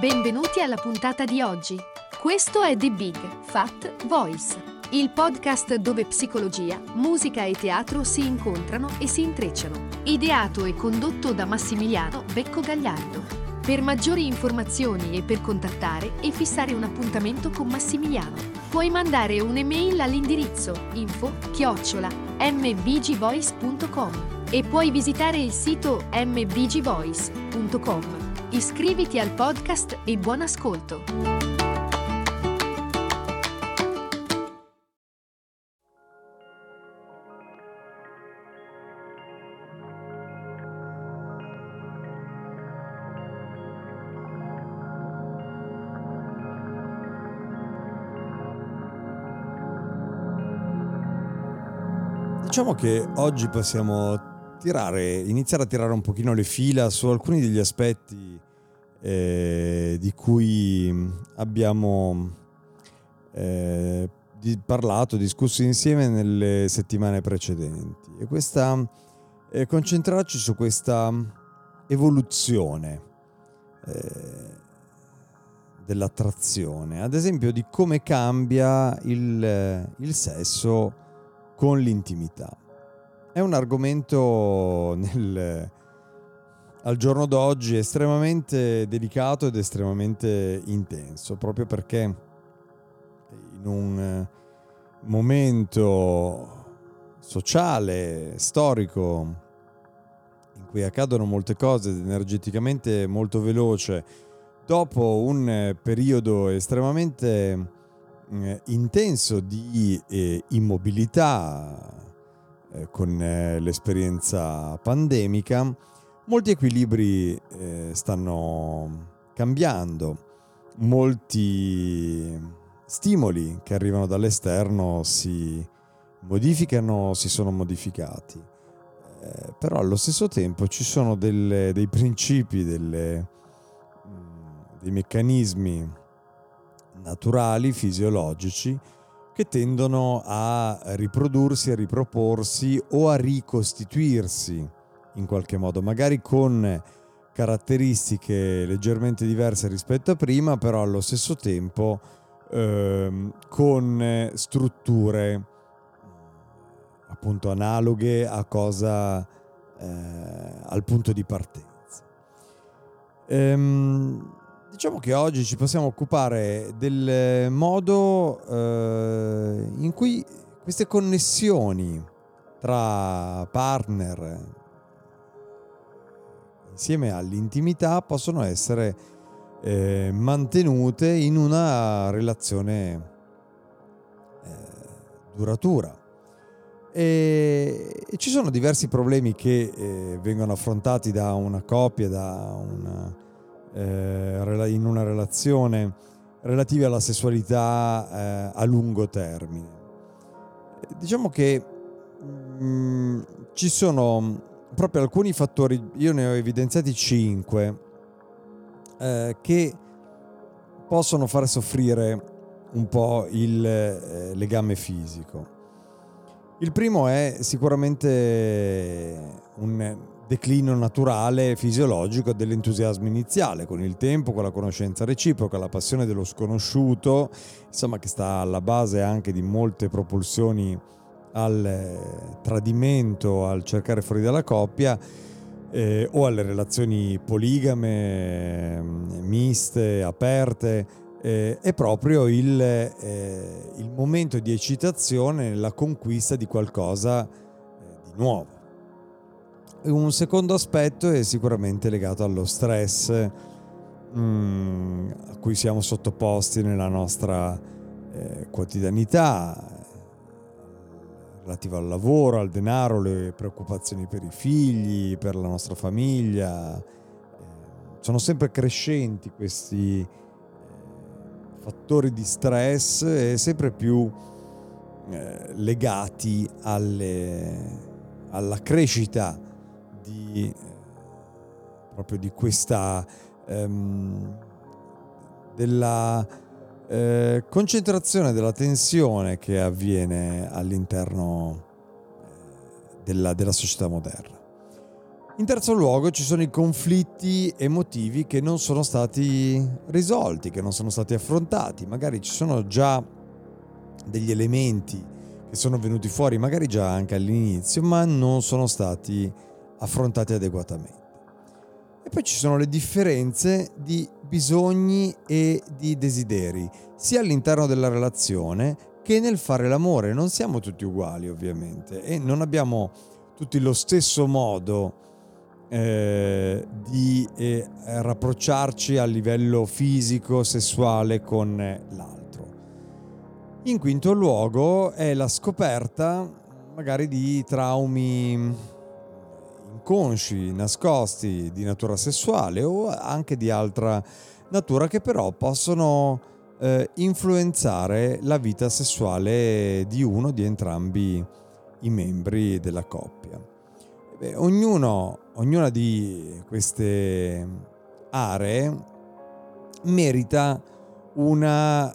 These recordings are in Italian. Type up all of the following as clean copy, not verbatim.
Benvenuti alla puntata di oggi. Questo è The Big Fat Voice, il podcast dove psicologia, musica e teatro si incontrano e si intrecciano. Ideato e condotto da Massimiliano Becco Gagliardo. Per maggiori informazioni e per contattare e fissare un appuntamento con Massimiliano, puoi mandare un'email all'indirizzo info@mbgvoice.com e puoi visitare il sito mbgvoice.com. Iscriviti al podcast e buon ascolto! Diciamo che oggi possiamo iniziare a tirare un pochino le fila su alcuni degli aspetti di cui abbiamo discusso insieme nelle settimane precedenti, e concentrarci su questa evoluzione dell'attrazione, ad esempio di come cambia il sesso con l'intimità. È un argomento al giorno d'oggi estremamente delicato ed estremamente intenso, proprio perché in un momento sociale, storico, in cui accadono molte cose energeticamente molto veloce, dopo un periodo estremamente intenso di immobilità con l'esperienza pandemica, molti equilibri stanno cambiando, molti stimoli che arrivano dall'esterno si modificano, si sono modificati, però allo stesso tempo ci sono dei principi, dei meccanismi naturali, fisiologici, che tendono a riprodursi, a riproporsi o a ricostituirsi in qualche modo, magari con caratteristiche leggermente diverse rispetto a prima, però allo stesso tempo con strutture appunto analoghe a al punto di partenza. Diciamo che oggi ci possiamo occupare del modo in cui queste connessioni tra partner insieme all'intimità possono essere mantenute in una relazione duratura. E ci sono diversi problemi che vengono affrontati da una coppia, in una relazione, relativi alla sessualità a lungo termine. Diciamo che ci sono proprio alcuni fattori, io ne ho evidenziati 5, che possono fare soffrire un po' il legame fisico. Il primo è sicuramente un declino naturale fisiologico dell'entusiasmo iniziale, con il tempo, con la conoscenza reciproca, la passione dello sconosciuto, insomma, che sta alla base anche di molte propulsioni al tradimento, al cercare fuori dalla coppia, o alle relazioni poligame, miste, aperte. È proprio il momento di eccitazione nella conquista di qualcosa di nuovo. Un secondo aspetto è sicuramente legato allo stress a cui siamo sottoposti nella nostra quotidianità, relativo al lavoro, al denaro, le preoccupazioni per i figli, per la nostra famiglia. Sono sempre crescenti questi fattori di stress e sempre più legati alla crescita proprio di questa della concentrazione della tensione che avviene all'interno della società moderna. In terzo luogo ci sono i conflitti emotivi che non sono stati risolti, che non sono stati affrontati. Magari ci sono già degli elementi che sono venuti fuori, magari già anche all'inizio, ma non sono stati affrontati adeguatamente. E poi ci sono le differenze di bisogni e di desideri, sia all'interno della relazione che nel fare l'amore. Non siamo tutti uguali, ovviamente, e non abbiamo tutti lo stesso modo di rapprocciarci a livello fisico, sessuale con l'altro. In quinto luogo è la scoperta magari di traumi inconsci, nascosti di natura sessuale o anche di altra natura, che però possono influenzare la vita sessuale di uno, di entrambi i membri della coppia. Ognuna di queste aree merita una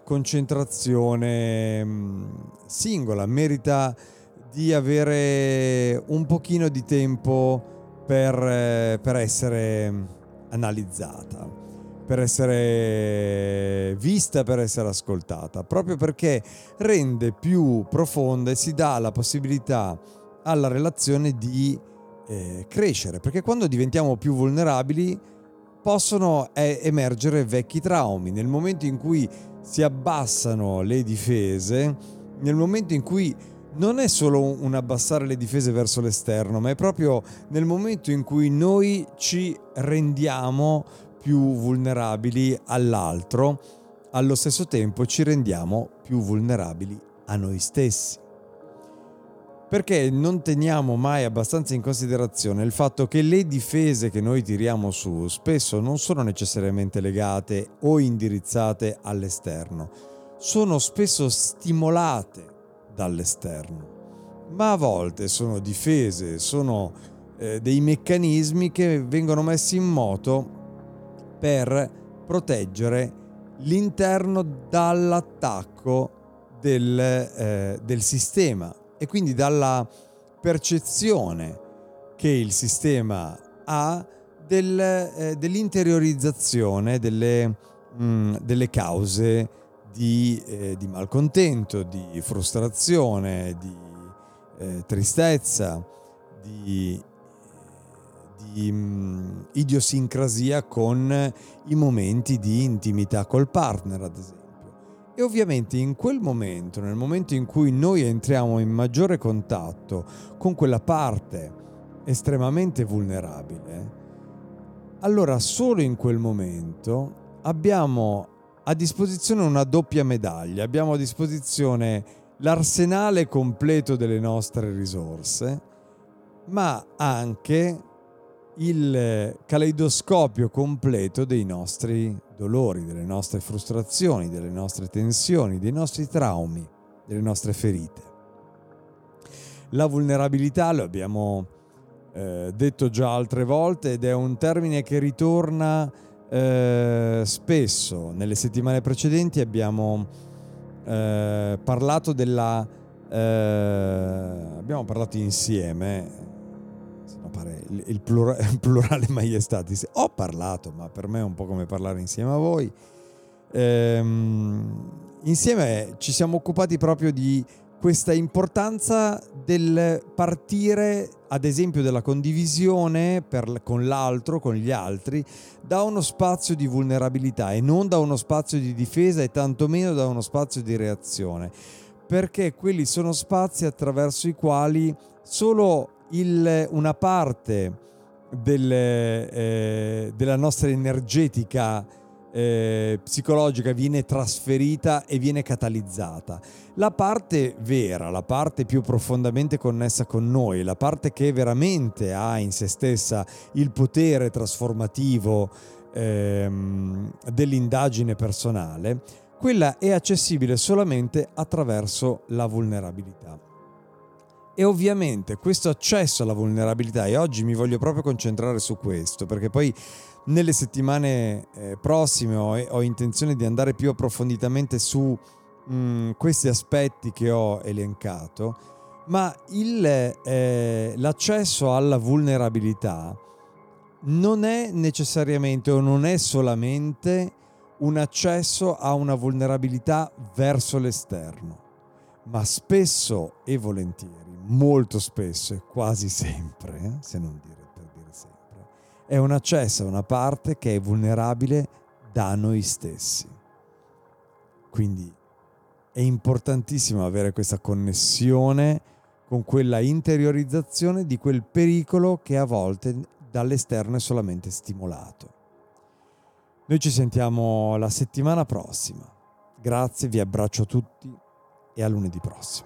concentrazione singola, merita di avere un pochino di tempo per essere analizzata, per essere vista, per essere ascoltata, proprio perché rende più profonda e si dà la possibilità alla relazione di crescere, perché quando diventiamo più vulnerabili possono emergere vecchi traumi. Nel momento in cui si abbassano le difese, nel momento in cui non è solo un abbassare le difese verso l'esterno, ma è proprio nel momento in cui noi ci rendiamo più vulnerabili all'altro, allo stesso tempo ci rendiamo più vulnerabili a noi stessi. Perché non teniamo mai abbastanza in considerazione il fatto che le difese che noi tiriamo su spesso non sono necessariamente legate o indirizzate all'esterno, sono spesso stimolate dall'esterno, ma a volte sono difese, sono dei meccanismi che vengono messi in moto per proteggere l'interno dall'attacco del sistema, e quindi dalla percezione che il sistema ha dell'interiorizzazione delle cause di malcontento, di frustrazione, di tristezza, di idiosincrasia con i momenti di intimità col partner, ad esempio. E ovviamente in quel momento, nel momento in cui noi entriamo in maggiore contatto con quella parte estremamente vulnerabile, allora solo in quel momento abbiamo a disposizione una doppia medaglia, abbiamo a disposizione l'arsenale completo delle nostre risorse, ma anche il caleidoscopio completo dei nostri dolori, delle nostre frustrazioni, delle nostre tensioni, dei nostri traumi, delle nostre ferite. La vulnerabilità, lo abbiamo detto già altre volte, ed è un termine che ritorna spesso. Nelle settimane precedenti abbiamo parlato abbiamo parlato insieme, il plurale maiestatis. Ho parlato, ma per me è un po' come parlare insieme a voi. Insieme ci siamo occupati proprio di questa importanza del partire, ad esempio, della condivisione con l'altro, con gli altri, da uno spazio di vulnerabilità e non da uno spazio di difesa, e tantomeno da uno spazio di reazione, perché quelli sono spazi attraverso i quali solo una parte della nostra energetica psicologica viene trasferita e viene catalizzata. La parte vera, la parte più profondamente connessa con noi, la parte che veramente ha in se stessa il potere trasformativo dell'indagine personale, quella è accessibile solamente attraverso la vulnerabilità. E ovviamente questo accesso alla vulnerabilità, e oggi mi voglio proprio concentrare su questo, perché poi nelle settimane prossime ho intenzione di andare più approfonditamente su questi aspetti che ho elencato, ma l'accesso alla vulnerabilità non è necessariamente o non è solamente un accesso a una vulnerabilità verso l'esterno, ma spesso e volentieri, molto spesso e quasi sempre, se non dire per dire sempre, è un accesso a una parte che è vulnerabile da noi stessi. Quindi è importantissimo avere questa connessione con quella interiorizzazione di quel pericolo che a volte dall'esterno è solamente stimolato. Noi ci sentiamo la settimana prossima. Grazie, vi abbraccio tutti e a lunedì prossimo.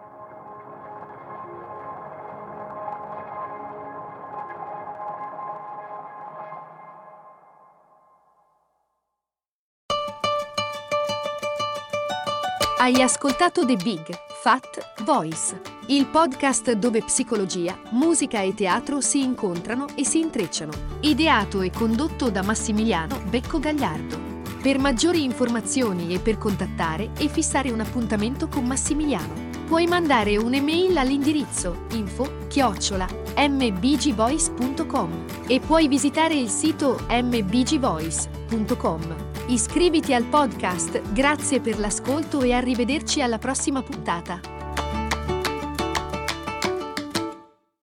Hai ascoltato The Big Fat Voice, il podcast dove psicologia, musica e teatro si incontrano e si intrecciano. Ideato e condotto da Massimiliano Becco Gagliardo. Per maggiori informazioni e per contattare e fissare un appuntamento con Massimiliano, puoi mandare un'email all'indirizzo info@mbgvoice.com e puoi visitare il sito mbgvoice.com. Iscriviti al podcast, grazie per l'ascolto e arrivederci alla prossima puntata.